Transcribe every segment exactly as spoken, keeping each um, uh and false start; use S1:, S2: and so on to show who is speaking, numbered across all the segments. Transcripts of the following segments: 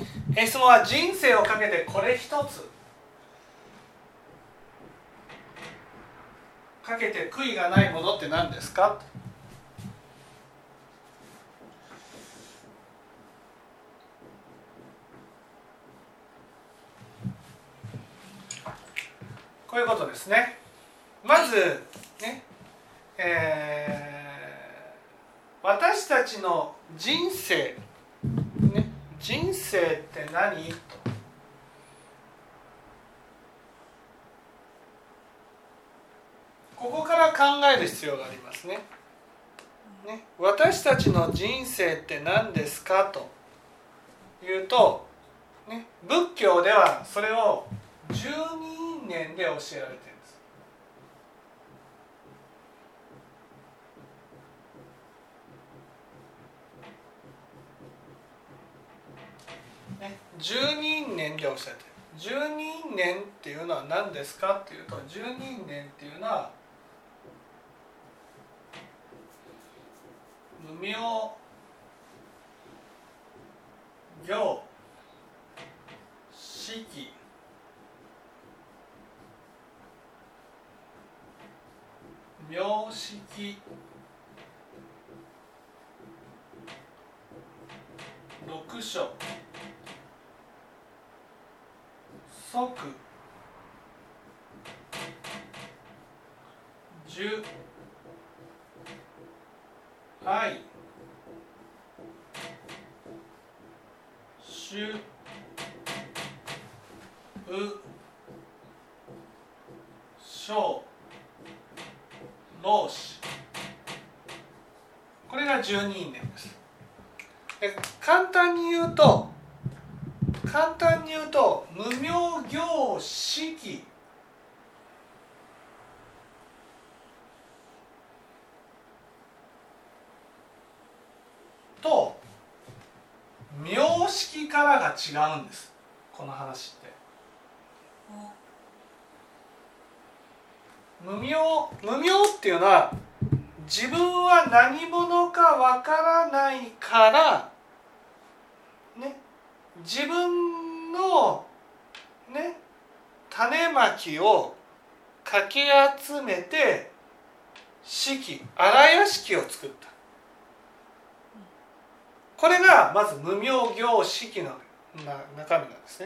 S1: 質問は人生をかけてこれ一つかけて悔いがないものって何ですか？こういうことですね。まずね、えー、私たちの人生、ね、人生って何？とここから考える必要がありますね。ね、私たちの人生って何ですかというと、ね、仏教ではそれを十二因縁で教えられているんです。ね、十二因縁で教えている。十二因縁っていうのは何ですかっていうと、十二因縁っていうのは無明、行、識、名色、六所、即、十、愛、衆、う、小、老子、これが十二因縁です。で簡単に言うと簡単に言うと無明行識と名色からが違うんです。この話って無明無明っていうのは自分は何者かわからないからね、自分のね種まきをかき集めて式荒屋敷を作った。これがまず無明行識の中身なんですね。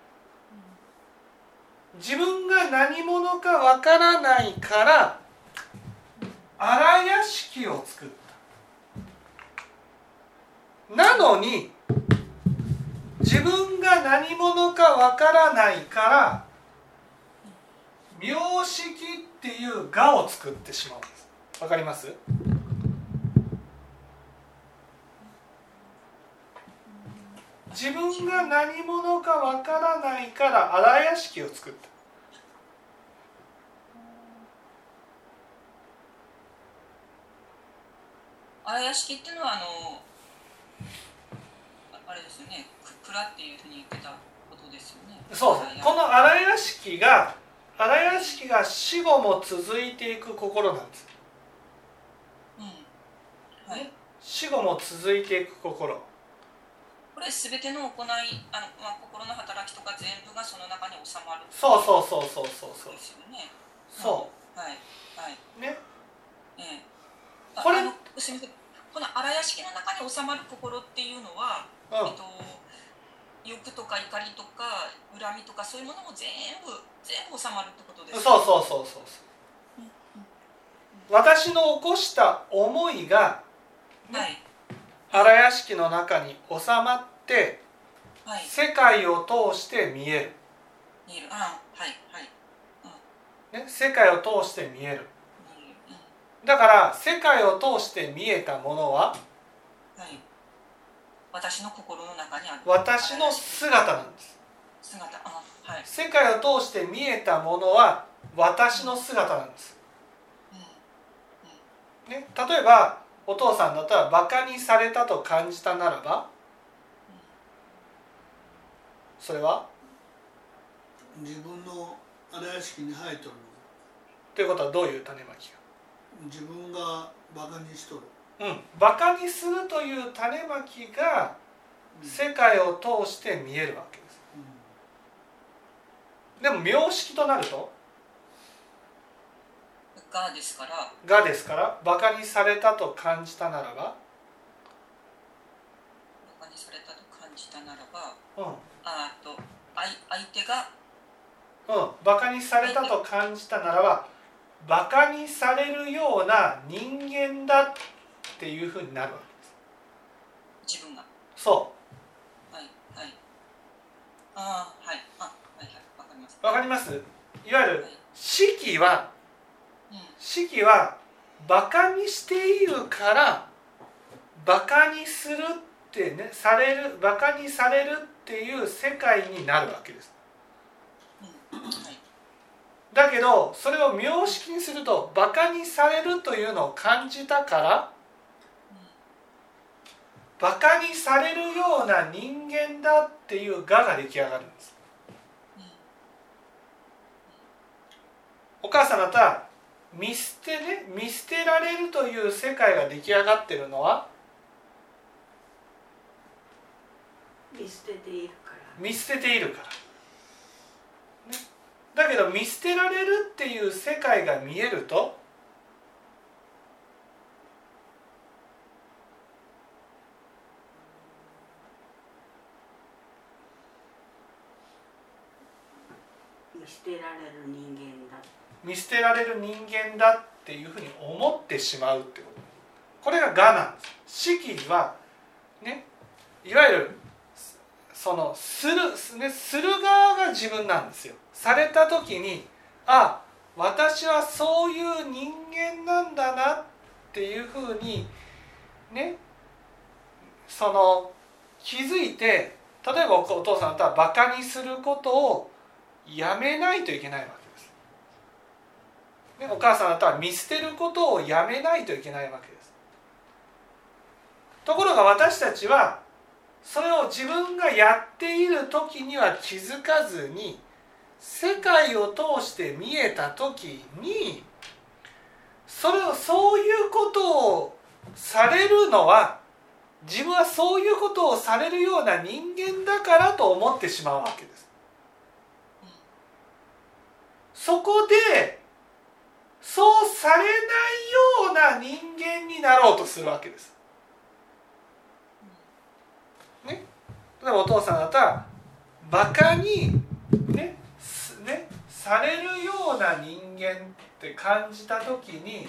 S1: 自分が何者かわからないから荒屋敷を作った。なのに自分が何者かわからないから名色っていう我を作ってしまうんです。わかります？自分が何者かわからないから荒屋敷を作った。
S2: 荒屋敷っていうのはあのあれですよね、蔵っていうふうに言ってたことですよね。
S1: そうです。この荒屋敷が荒屋敷が死後も続いていく心なんです。
S2: うん、はい。
S1: 死後も続いていく心。
S2: これすべての行い、あの、まあ、心の働きとか全部がその中に収まる。
S1: そうそうそうそうそうそう。
S2: ですよね。
S1: そう。
S2: はいはい。
S1: ね。
S2: ええ。
S1: これ
S2: あのすみません。この荒屋敷の中に収まる心っていうのは、うん、えっと欲とか怒りとか恨みとかそういうものも全部全部収まるってことですか？
S1: そうそうそうそうそう。うんうん、私の起こした思いが、ね、はい、荒屋敷の中に収まって、はい、世界を通して見える。
S2: 見える。あ、はいはい。
S1: うん、ね、世界を通して見える。うん、だから世界を通して見えたものは、はい、
S2: 私の心の中にある。
S1: 私の姿なんです。
S2: 姿。あ、はい。
S1: 世界を通して見えたものは私の姿なんです。うんうん、ね、例えばお父さんだったらバカにされたと感じたならば、それは
S3: 自分の荒屋敷に生えとる
S1: ということはどういう種まきが？
S3: 自分がバカにしとる。
S1: うん、バカにするという種まきが世界を通して見えるわけです。でも名式となると
S2: がですから
S1: がですからバカにされたと感じたならば
S2: バカにされたと感じたならば、
S1: うん、
S2: あと相相手が
S1: うん、バカにされたと感じたならばバカにされるような人間だっていうふうになるわけです。
S2: 自分が
S1: そう
S2: はいはいああはいあはいはいわかります
S1: わかります。いわゆる式は、
S2: うん、
S1: 式はバカにしているからバカにするってねされるバカにされるっていう世界になるわけです。だけどそれを名式にするとバカにされるというのを感じたからバカにされるような人間だっていう我が出来上がるんです。お母さん方は見捨てね見捨てられるという世界が出来上がってるのは
S4: 見捨てているから
S1: 見捨てているから、ね、だけど見捨てられるっていう世界が見えると
S4: 見捨てられる人間だ
S1: 見捨てられる人間だっていうふうに思ってしまうってこと。これが我なんです。式はねいわゆるそのする、ね、する側が自分なんですよ。された時にあ私はそういう人間なんだなっていうふうにねその気づいて例えばお父さんだったらバカにすることをやめないといけないわけです、ね、お母さんだったら見捨てることをやめないといけないわけです。ところが私たちはそれを自分がやっている時には気づかずに世界を通して見えた時にそれをそういうことをされるのは自分はそういうことをされるような人間だからと思ってしまうわけです。そこでそうされないような人間になろうとするわけです。ね、例えばお父さんだったらバカに、ねね、されるような人間って感じた時に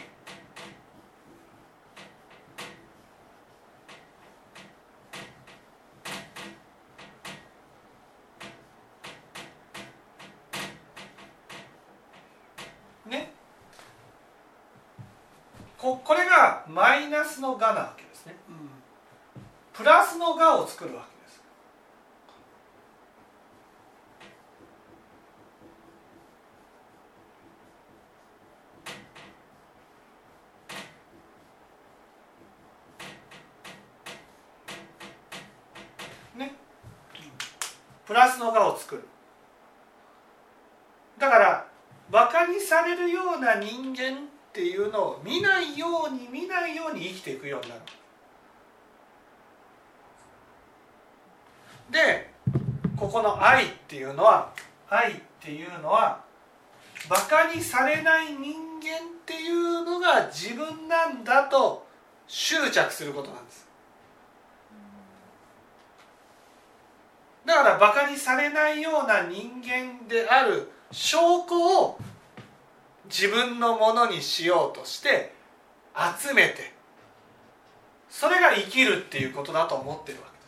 S1: ねこ, これがマイナスの我なわけですね、うん、プラスの我を作るわけです。ね、プラスの我を作る。だからバカにされるような人間っていうのを見ないように見ないように生きていくようになる。でここの愛っていうのは愛っていうのはバカにされない人間っていうのが自分なんだと執着することなんです。だからバカにされないような人間である証拠を自分のものにしようとして集めてそれが生きるっていうことだと思ってるわけです。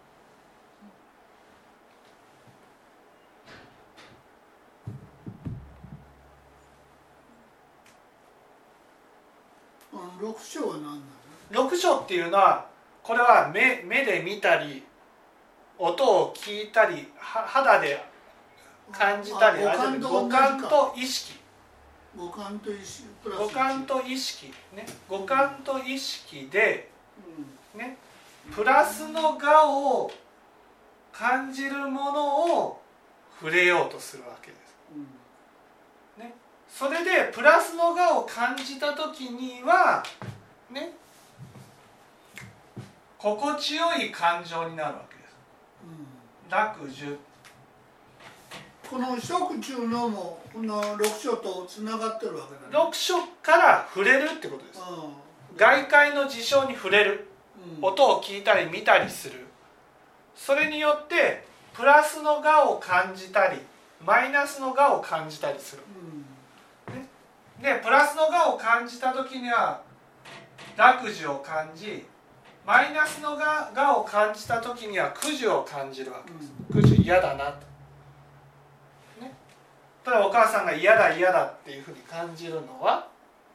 S3: 六章は何なの？
S1: 六章っていうのはこれは 目, 目で見たり音を聞いたり肌で感じたり五感と意識
S3: 五感と意識プラス
S1: 五感と意識ね五感と意識で、ね、プラスの我を感じるものを触れようとするわけです、ね、それでプラスの我を感じた時にはね心地よい感情になるわけです、うん、楽寿。
S3: この食中のもこの六書とつながってるわけだね。
S1: 六書から触れるってことです、うん、外界の事象に触れる、うん、音を聞いたり見たりする。それによってプラスの我を感じたりマイナスの我を感じたりする、うんね、でプラスの我を感じた時には楽寿を感じ、マイナスの我を感じた時には苦寿を感じるわけです、うん、苦寿嫌だなと、ね、ただお母さんが嫌だ嫌だっていうふうに感じるのは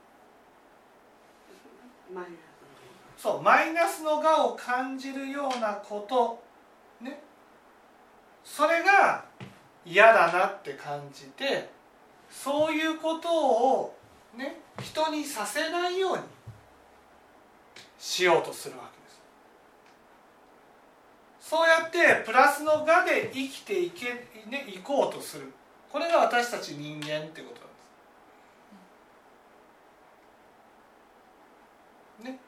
S4: マイナス
S1: そうマイナスの我を感じるようなことね、それが嫌だなって感じて、そういうことを、ね、人にさせないようにしようとするわけです。そうやってプラスの我で生きていけ、ね、いこうとする。これが私たち人間ってことなんです。ね、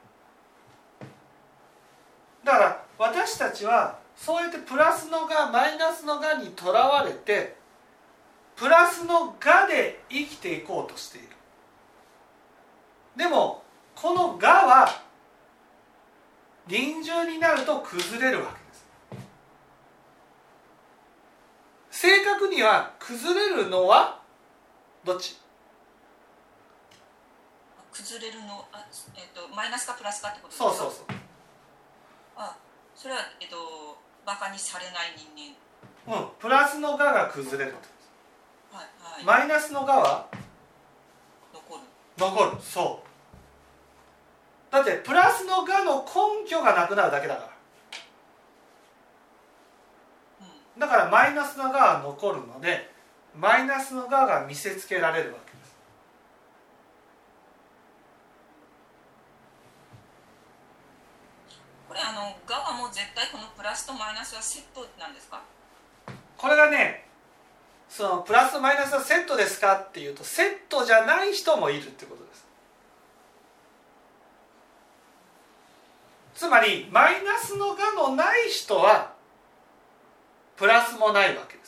S1: だから私たちはそうやってプラスの我マイナスの我にとらわれてプラスの我で生きていこうとしている。でもこの我は臨終になると崩れるわけです。正確には崩れるのはどっち？
S2: 崩れるのあ、えーと、マイナスかプラスかってことですか？
S1: そうそうそう。
S2: あ、それは、えーと、バカにされない人
S1: 間。うん、プラスの我が崩れるってことです、
S2: はいはい、
S1: マイナスの我は
S2: 残る。
S1: 残る、そう。だってプラスの我の根拠がなくなるだけだから、うん、だからマイナスの我は残るのでマイナスの我が見せつけられるわけです。
S2: これあの我はもう絶対このプラスとマイナスはセットなんですか？
S1: これがね、そのプラスとマイナスはセットですかっていうとセットじゃない人もいるってことです。つまりマイナスの我のない人はプラスもないわけです。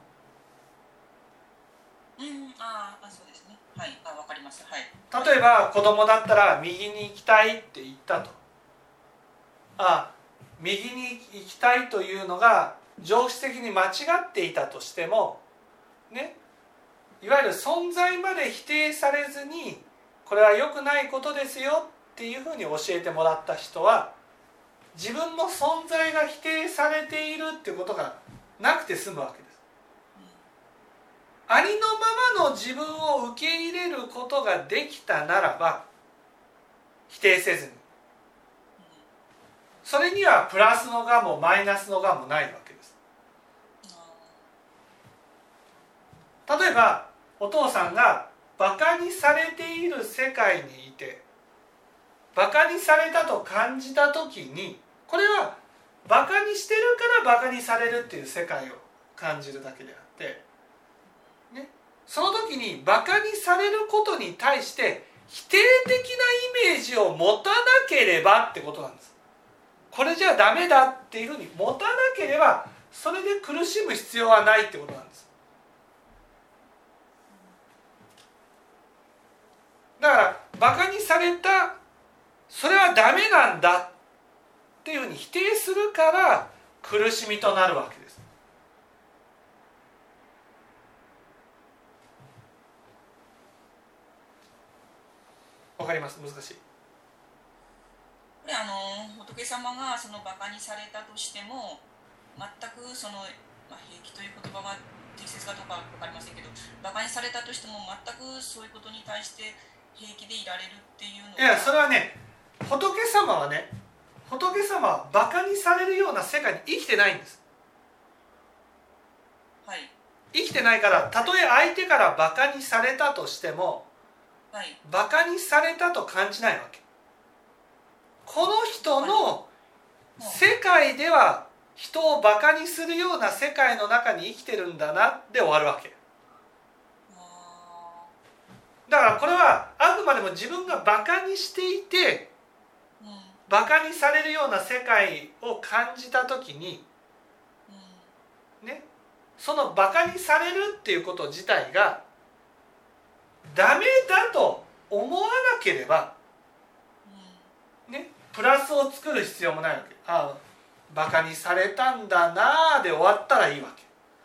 S2: うん、ああ、そうですね。はい、あ、わかります。はい。
S1: 例えば子供だったら右に行きたいって言ったと。あ、右に行きたいというのが常識的に間違っていたとしても、ね、いわゆる存在まで否定されずにこれは良くないことですよっていうふうに教えてもらった人は自分の存在が否定されているっていうことがなくて済むわけです。ありのままの自分を受け入れることができたならば否定せずに、それにはプラスの我もマイナスの我もないわけです。例えばお父さんがバカにされている世界にいてバカにされたと感じた時に、これはバカにしてるからバカにされるっていう世界を感じるだけであって、ね、その時にバカにされることに対して否定的なイメージを持たなければってことなんです。これじゃダメだっていうふうに持たなければそれで苦しむ必要はないってことなんです。だからバカにされた、それはダメなんだっていうふうに否定するから苦しみとなるわけです。わかります？難しい？
S2: これあの仏様がそのバカにされたとしても全くその、まあ、平気という言葉が適切かどうか分かりませんけど、バカにされたとしても全くそういうことに対して平気でいられるっていうのは、
S1: いや、それはね、仏様はね、仏様はバカにされるような世界に生きてないんです。
S2: はい、
S1: 生きてないから、たとえ相手からバカにされたとしても、はい、バカにされたと感じないわけ。この人の世界では人をバカにするような世界の中に生きてるんだなで終わるわけ。だからこれはあくまでも自分がバカにしていてバカにされるような世界を感じた時にね、そのバカにされるっていうこと自体がダメだと思わなければね、プラスを作る必要もないわけ。ああ、バカにされたんだなで終わったらいいわけ。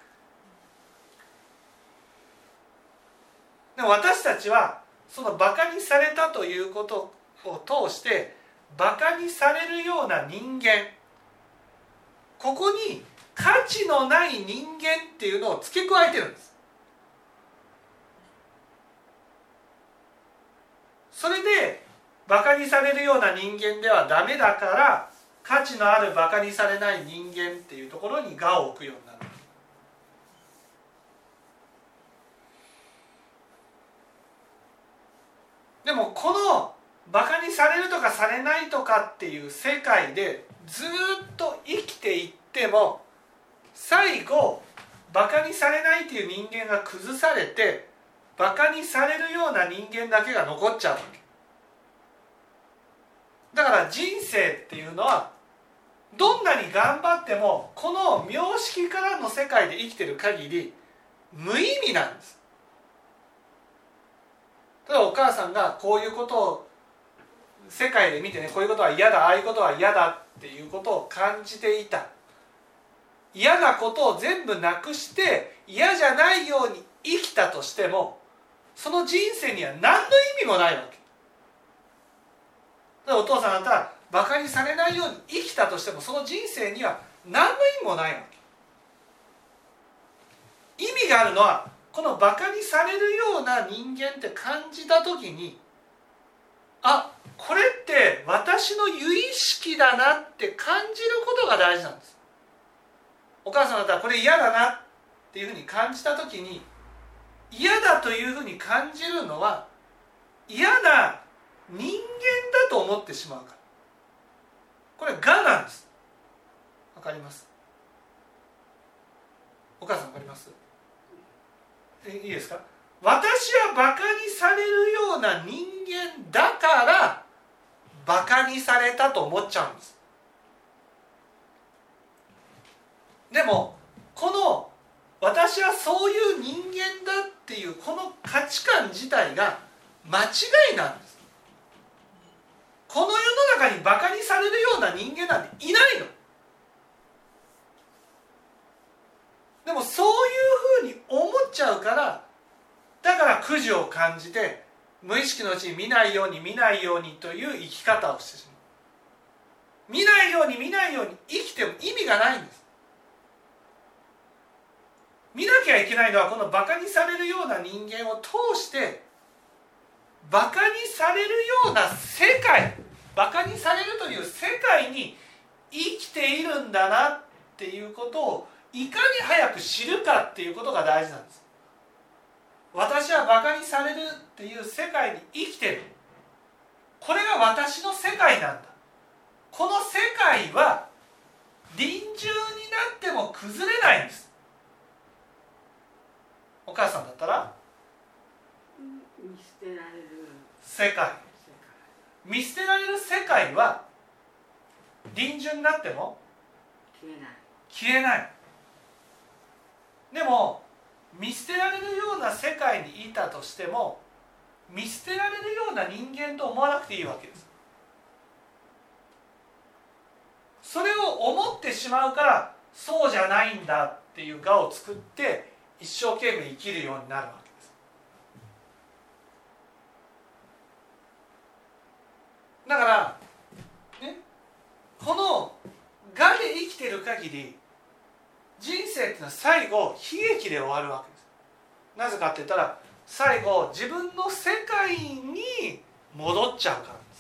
S1: でも私たちはそのバカにされたということを通してバカにされるような人間、ここに価値のない人間っていうのを付け加えてるんです。それでバカにされるような人間ではダメだから価値のあるバカにされない人間っていうところに我を置くようになる。でもこのバカにされるとかされないとかっていう世界でずっと生きていっても最後バカにされないっていう人間が崩されてバカにされるような人間だけが残っちゃうわけ。だから人生っていうのはどんなに頑張ってもこの妙識からの世界で生きてる限り無意味なんです。例えばお母さんがこういうことを世界で見てね、こういうことは嫌だ、ああいうことは嫌だっていうことを感じていた。嫌なことを全部なくして嫌じゃないように生きたとしてもその人生には何の意味もないわけ。お父さんだったらバカにされないように生きたとしてもその人生には何の意味もないわけ。意味があるのはこのバカにされるような人間って感じた時に、あ、これって私の由意識だなって感じることが大事なんです。お母さんだったらこれ嫌だなっていうふうに感じた時に、嫌だというふうに感じるのは嫌な人間だと思ってしまうから。これ我なんです。わかります？お母さんわかります？いいですか？私はバカにされるような人間だからバカにされたと思っちゃうんです。でもこの私はそういう人間だっていうこの価値観自体が間違いなんです。この世の中にバカにされるような人間なんていないの。でもそういうふうに思っちゃうから、だから苦事を感じて無意識のうちに見ないように見ないようにという生き方をしてしまう。見ないように見ないように生きても意味がないんです。見なきゃいけないのはこのバカにされるような人間を通してバカにされるような世界、バカにされるという世界に生きているんだなっていうことをいかに早く知るかっていうことが大事なんです。私はバカにされるっていう世界に生きてる。これが私の世界なんだ。この世界は臨終になっても崩れないんです。お母さんだったら
S4: 見捨てられる
S1: 世界、見捨てられる世界は臨終になっても
S4: 消えない
S1: 消えない。でも見捨てられるような世界にいたとしても見捨てられるような人間と思わなくていいわけです。それを思ってしまうからそうじゃないんだっていう我を作って一生懸命生きるようになるわけです。だからね、この我で生きてる限り人生っていうのは最後悲劇で終わるわけです。なぜかって言ったら最後自分の世界に戻っちゃうからです、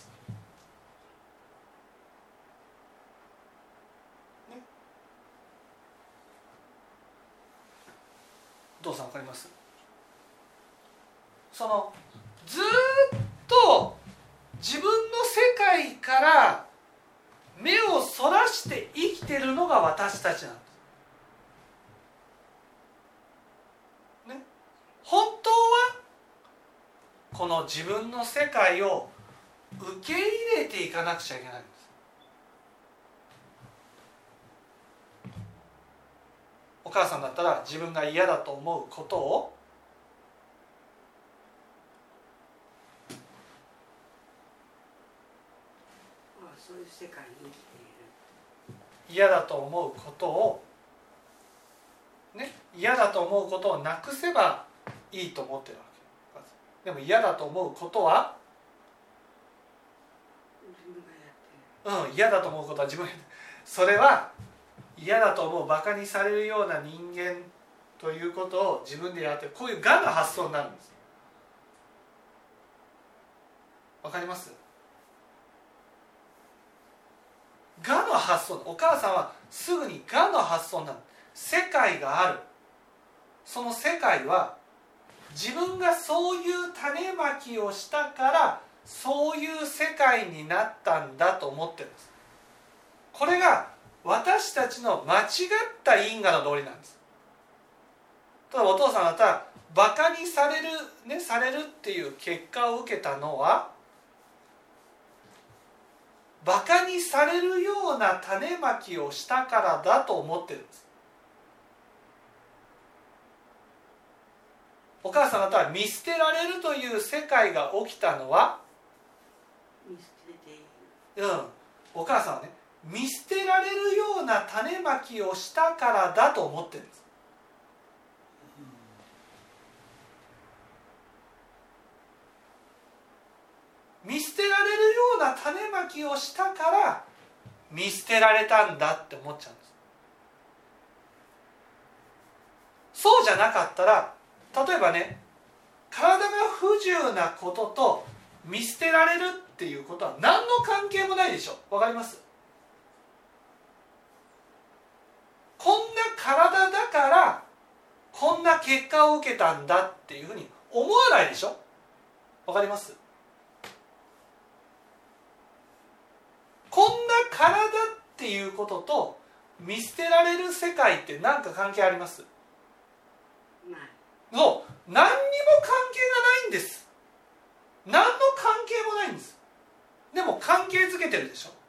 S1: ね、お父さん分かります？そのずっと自分の世界から目をそらして生きてるのが私たちなんです。ね、本当はこの自分の世界を受け入れていかなくちゃいけないんです。 お母さんだったら自分が嫌だと思うことを
S4: あ、そういう世界に生きている。
S1: 嫌だと思うことをね、嫌だと思うことをなくせばいいと思ってるわけ。でも嫌だと思うことは、
S4: 自分がやっている。
S1: うん、嫌だと思うことは自分がやってる。それは嫌だと思う、バカにされるような人間ということを自分でやってる。こういう我の発想になるんです。わかります？我の発想。お母さんはすぐに我の発想になる。世界がある。その世界は自分がそういう種まきをしたからそういう世界になったんだと思ってるんです。これが私たちの間違った因果の道理なんです。ただお父さんだったらバカにされる、ね、されるっていう結果を受けたのはバカにされるような種まきをしたからだと思ってるんです。お母さん方は見捨てられるという世界が起きたのは、
S4: 見捨てている。
S1: うん、お母さんはね、見捨てられるような種まきをしたからだと思ってるんです。見捨てられるような種まきをしたから見捨てられたんだって思っちゃうんです。そうじゃなかったら、例えばね、体が不自由なことと見捨てられるっていうことは何の関係もないでしょ。わかります？こんな体だからこんな結果を受けたんだっていうふうに思わないでしょ。わかります？こんな体っていうことと見捨てられる世界って何か関係あります？
S4: ない。
S1: そう、何にも関係がないんです。何の関係もないんです。でも関係づけてるでしょ。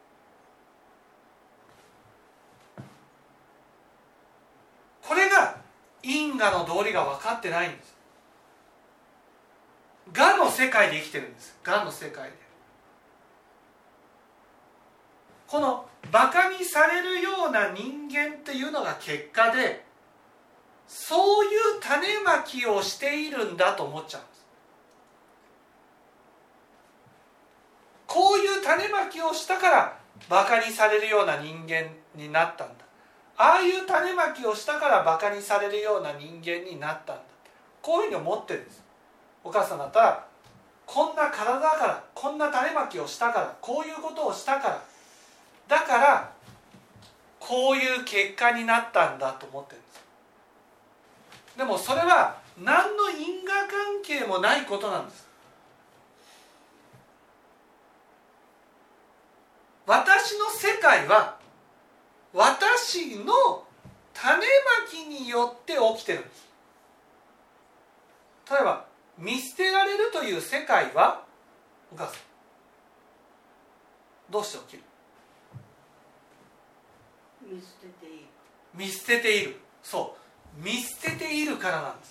S1: これが因果の道理が分かってないんです。我の世界で生きてるんです。我の世界で。このバカにされるような人間っていうのが結果で、そういう種まきをしているんだと思っちゃうんです。こういう種まきをしたからバカにされるような人間になったんだ。ああいう種まきをしたからバカにされるような人間になったんだ。こういうふうに思ってるんです。お母さんだったら、こんな体だから、こんな種まきをしたから、こういうことをしたから、だからこういう結果になったんだと思ってるんです。でもそれは何の因果関係もないことなんです。私の世界は私の種まきによって起きてるんです。例えば見捨てられるという世界は、お母さんどうして起きる？
S4: 見捨てている。
S1: 見捨てている。そう、見捨てているからなんです。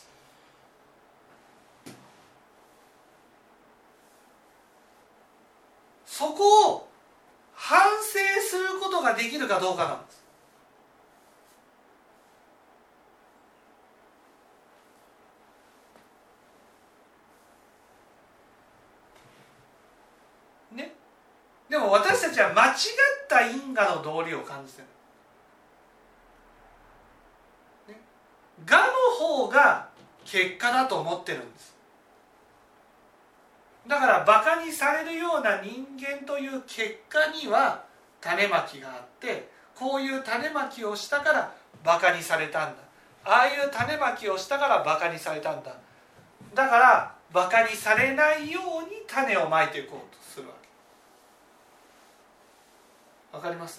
S1: そこを反省することができるかどうかなんです。ね、でも私たちは間違った因果の道理を感じてる。我の方が結果だと思ってるんです。だからバカにされるような人間という結果には種まきがあって、こういう種まきをしたからバカにされたんだ、ああいう種まきをしたからバカにされたんだ、だからバカにされないように種をまいていこうとするわけ。わかります？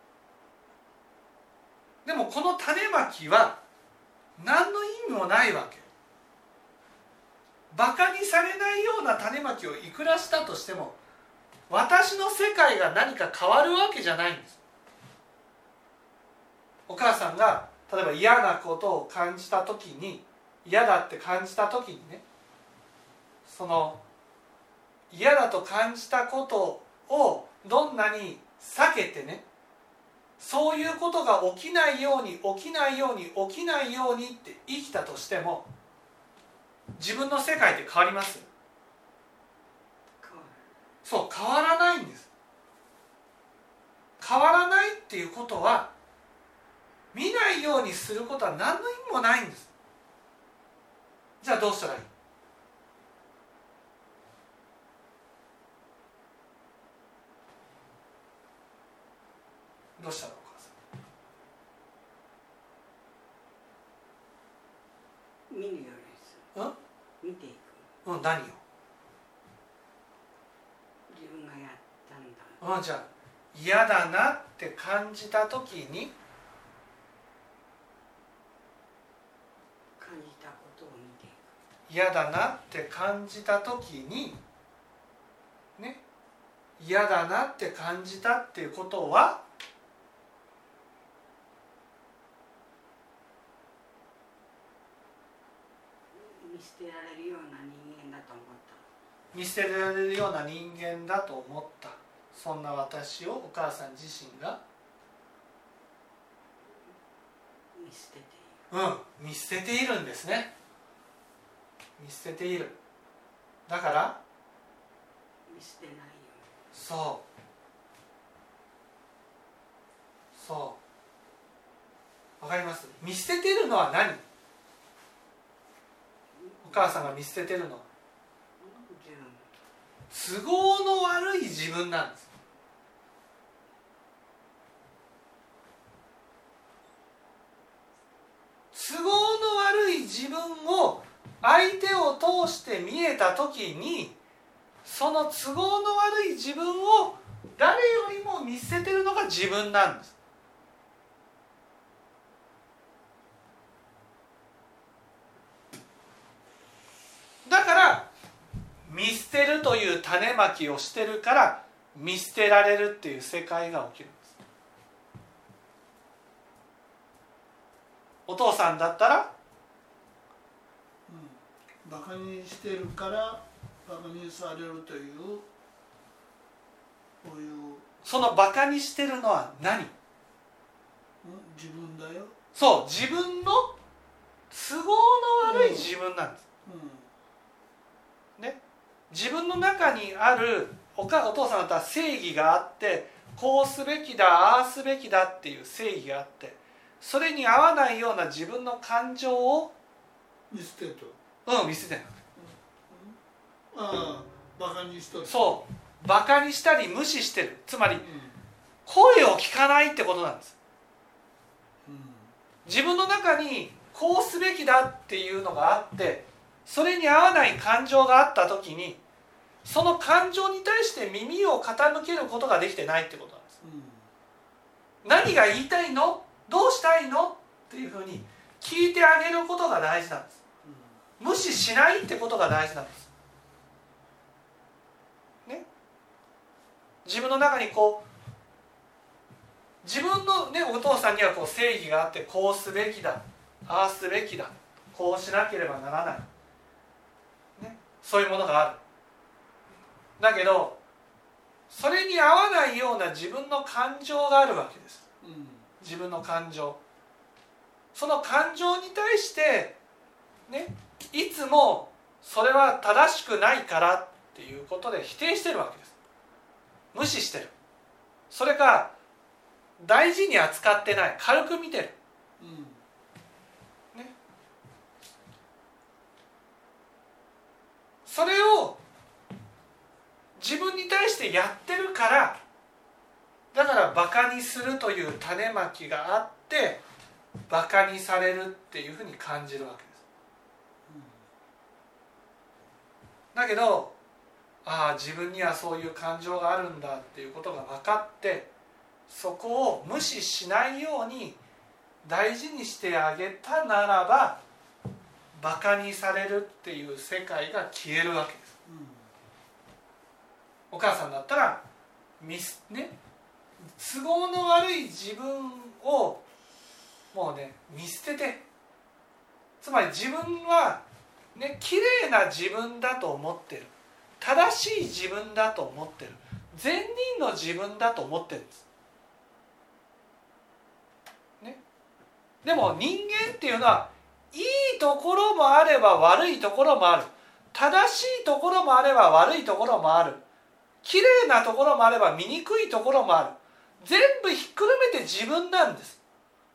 S1: でもこの種まきは何の意味もないわけ。バカにされないような種まきをいくらしたとしても私の世界が何か変わるわけじゃないんです。お母さんが例えば嫌なことを感じた時に、嫌だって感じた時にね、その嫌だと感じたことをどんなに避けてね、そういうことが起きないように起きないように起きないようにって生きたとしても、自分の世界って変わります？そう、変わらないんです。変わらないっていうことは、見ないようにすることは何の意味もないんです。じゃあどうしたらいい？どうしたらお母さ
S4: 見るようにする。
S1: ん？
S4: 見ていく。
S1: うん、何を？
S4: 自分がやったんだ。
S1: うん、じゃあ嫌だなって感じたときに、
S4: 感じたことを見ていく。
S1: 嫌だなって感じたときにね、嫌だなって感じたっていうことは、
S4: 見捨てられるような人間だと思った。
S1: 見捨てられるような人間だと思った。そんな私をお母さん自身が
S4: 見捨てている。
S1: うん、見捨てているんですね。見捨てている。だから
S4: 見捨てないよ
S1: そうそうわかります？見捨てているのは何？お母さんが見捨てているのは都合の悪い自分なんです。都合の悪い自分を相手を通して見えたときに、その都合の悪い自分を誰よりも見捨ててるのが自分なんです。だから見捨てるという種まきをしてるから見捨てられるっていう世界が起きるんです。お父さんだったら、
S3: うん、バカにしてるからバカにされるという、こういう、
S1: そのバカにしてるのは何？
S3: うん、自分だよ。
S1: そう、自分の都合の悪い自分なんです、
S3: うん
S1: ね、自分の中にある お, かお父さんだったら正義があって、こうすべきだああすべきだっていう正義があって、それに合わないような自分の感情を
S3: 見捨てと、
S1: うん見せてる。
S3: ああバカにしとる。
S1: そうバカにしたり無視してる。つまり
S3: うん
S1: 声を聞かないってことなんです。
S3: うん
S1: 自分の中にこうすべきだっていうのがあって、それに合わない感情があった時に、その感情に対して耳を傾けることができてないってことなんです、
S3: うん、
S1: 何が言いたいの？どうしたいの？っていうふうに聞いてあげることが大事なんです、うん、無視しないってことが大事なんです、ね、自分の中にこう自分の、ね、お父さんにはこう正義があって、こうすべきだああすべきだこうしなければならない、ね、そういうものがある。だけどそれに合わないような自分の感情があるわけです、
S3: うん、
S1: 自分の感情。その感情に対してね、いつもそれは正しくないからっていうことで否定してるわけです。無視してる。それか大事に扱ってない、軽く見てる、うんね、それを自分に対してやってるから、だからバカにするという種まきがあってバカにされるっていうふうに感じるわけです、うん、だけどああ自分にはそういう感情があるんだっていうことが分かって、そこを無視しないように大事にしてあげたならば、バカにされるっていう世界が消えるわけです、うん、お母さんだったらミス、ね、都合の悪い自分をもうね見捨てて、つまり自分はね綺麗な自分だと思ってる、正しい自分だと思ってる、善人の自分だと思ってるんです、ね、でも人間っていうのはいいところもあれば悪いところもある、正しいところもあれば悪いところもある、綺麗なところもあれば醜いところもある、全部ひっくるめて自分なんです。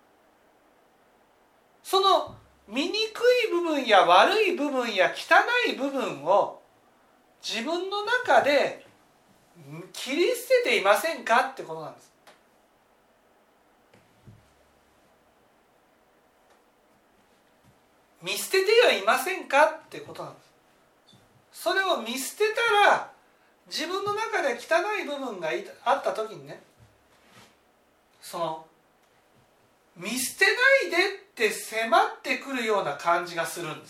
S1: その醜い部分や悪い部分や汚い部分を自分の中で切り捨てていませんかってことなんです。見捨ててはいませんかってことなんです。それを見捨てたら自分の中で汚い部分があった時にね、その見捨てないでって迫ってくるような感じがするんです、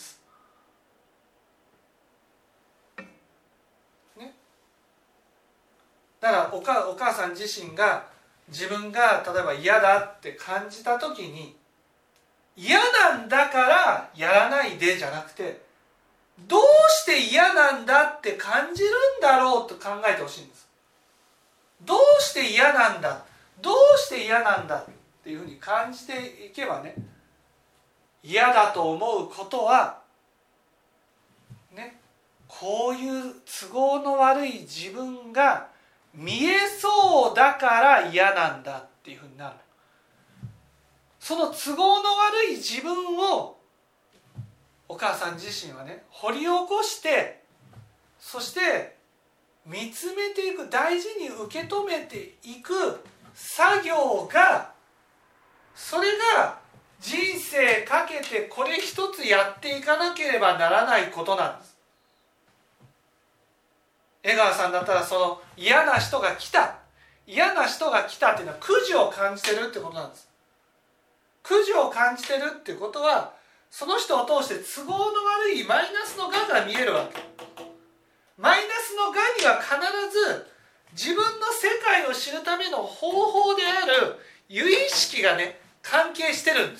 S1: ね、だからお母、お母さん自身が自分が例えば嫌だって感じた時に、嫌なんだからやらないでじゃなくて、どうして嫌なんだって感じるんだろうと考えてほしいんです。どうして嫌なんだ、どうして嫌なんだっていうふうに感じていけばね、嫌だと思うことはね、こういう都合の悪い自分が見えそうだから嫌なんだっていうふうになる。その都合の悪い自分をお母さん自身はね掘り起こして、そして見つめていく、大事に受け止めていく作業が、それが人生かけてこれ一つやっていかなければならないことなんです。江川さんだったらその嫌な人が来た嫌な人が来たっていうのは苦情を感じてるってことなんです。苦情を感じてるっていうことは、その人を通して都合の悪いマイナスの我が見えるわけ。マイナスの我には必ず自分の世界を知るための方法である由意識がね関係してるんです。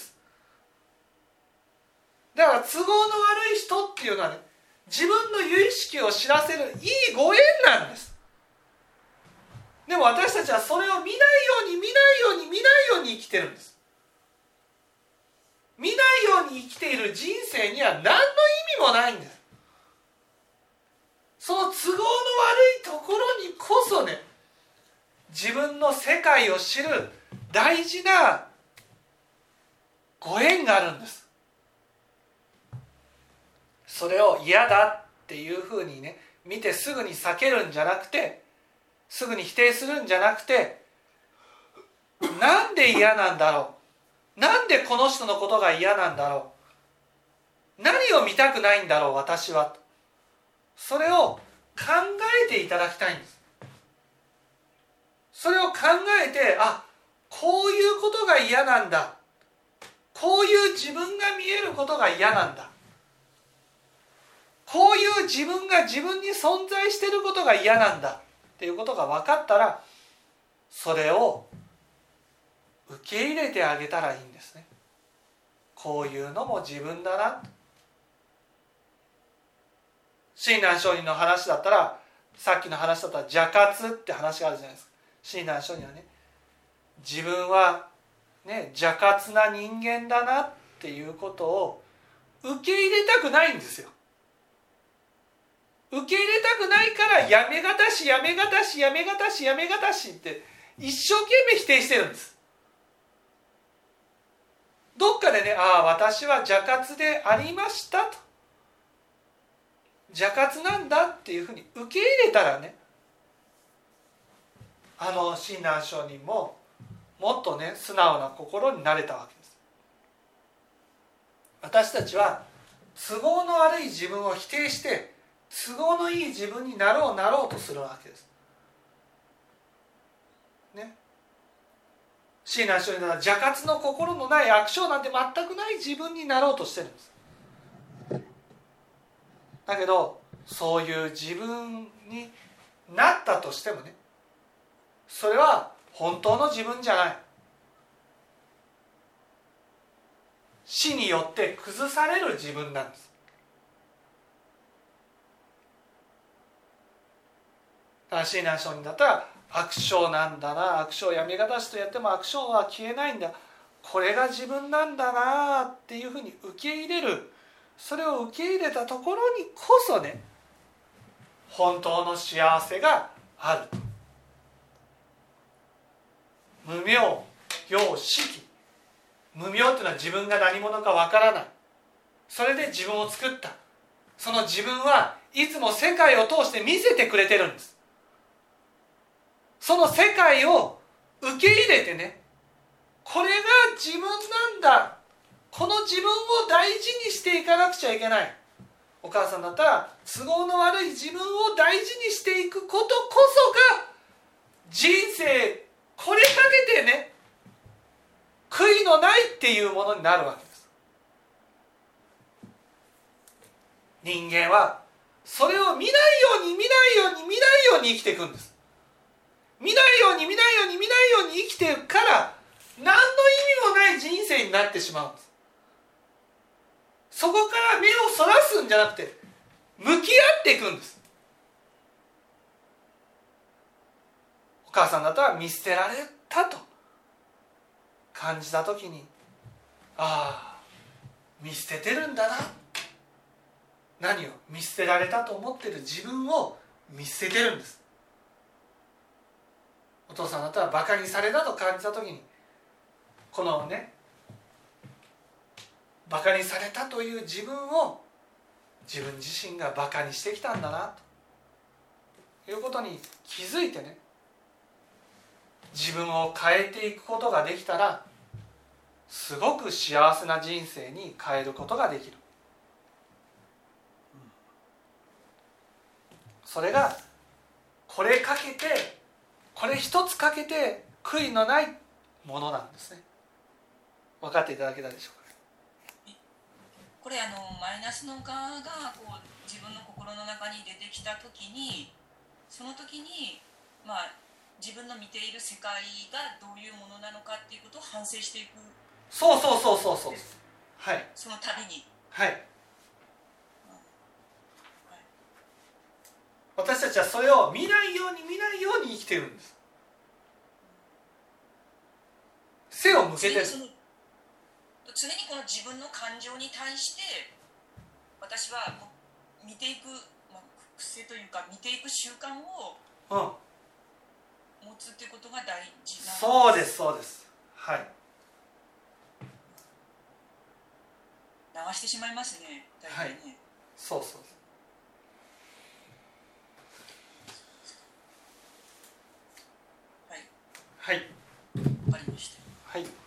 S1: だから都合の悪い人っていうのはね、自分の由意識を知らせるいいご縁なんです。でも私たちはそれを見ないように見ないように見ないように生きてるんです。見ないように生きている人生には何の意味もないんです。その都合の悪いところにこそね、自分の世界を知る大事なご縁があるんです。それを嫌だっていうふうにね見てすぐに避けるんじゃなくて、すぐに否定するんじゃなくて、なんで嫌なんだろう、なんでこの人のことが嫌なんだろう、何を見たくないんだろう私は、それを考えていただきたいんです。それを考えて、あ、こういうことが嫌なんだ、こういう自分が見えることが嫌なんだ、こういう自分が自分に存在していることが嫌なんだっていうことが分かったら、それを受け入れてあげたらいいんですね。こういうのも自分だな。親鸞聖人の話だったら、さっきの話だったら邪活って話があるじゃないですか。親鸞聖人はね、自分はね邪活な人間だなっていうことを受け入れたくないんですよ。受け入れたくないからやめがたしやめがたしやめがたしやめがたしって一生懸命否定してるんです。どっかでね、ああ私は邪活でありましたと、邪活なんだっていうふうに受け入れたらね、あの親鸞聖人ももっとね素直な心になれたわけです。私たちは都合の悪い自分を否定して都合のいい自分になろうなろうとするわけです。ね。親鸞聖人は邪活の心のない悪性なんて全くない自分になろうとしてるんです。だけどそういう自分になったとしてもね、それは本当の自分じゃない。 死によって崩される自分なんです。正しい難症人だったら悪性なんだな、悪性闇がしとやっても悪性は消えないんだ、これが自分なんだなっていうふうに受け入れる。それを受け入れたところにこそね、本当の幸せがある。無明用識、無明というのは自分が何者かわからない、それで自分を作った。その自分はいつも世界を通して見せてくれてるんです。その世界を受け入れてね、これが自分なんだ、この自分を大事にしていかなくちゃいけない。お母さんだったら都合の悪い自分を大事にしていくことこそが人生、これかけてね、悔いのないっていうものになるわけです。人間はそれを見ないように見ないように見ないように生きていくんです。見ないように見ないように見ないように生きていくから何の意味もない人生になってしまうんです。そこから目をそらすんじゃなくて向き合っていくんです。お母さんだったら見捨てられたと感じたときに、ああ見捨ててるんだな、何を見捨てられたと思ってる自分を見捨ててるんです。お父さんだったらバカにされたと感じたときに、このねバカにされたという自分を自分自身がバカにしてきたんだなということに気づいてね、自分を変えていくことができたらすごく幸せな人生に変えることができる。それがこれかけて、これ一つかけて悔いのないものなんですね。分かっていただけたでしょうか。
S2: これあのマイナスの側がこう自分の心の中に出てきたときに、その時にまあ自分の見ている世界がどういうものなのかっていうことを反省していく。
S1: そうそうそうそうそう。はい。
S2: その度に。
S1: はい。私たちはそれを見ないように見ないように生きてるんです。背を向けてる。
S2: 常にこの自分の感情に対して私は見ていく、まあ、癖というか見ていく習慣を持つということが大事な、
S1: うん、そうですそうです。はい。
S2: 流してしまいますね、大体ね。はい、
S1: そうそう。はい。はい。
S2: わかりました。
S1: はい。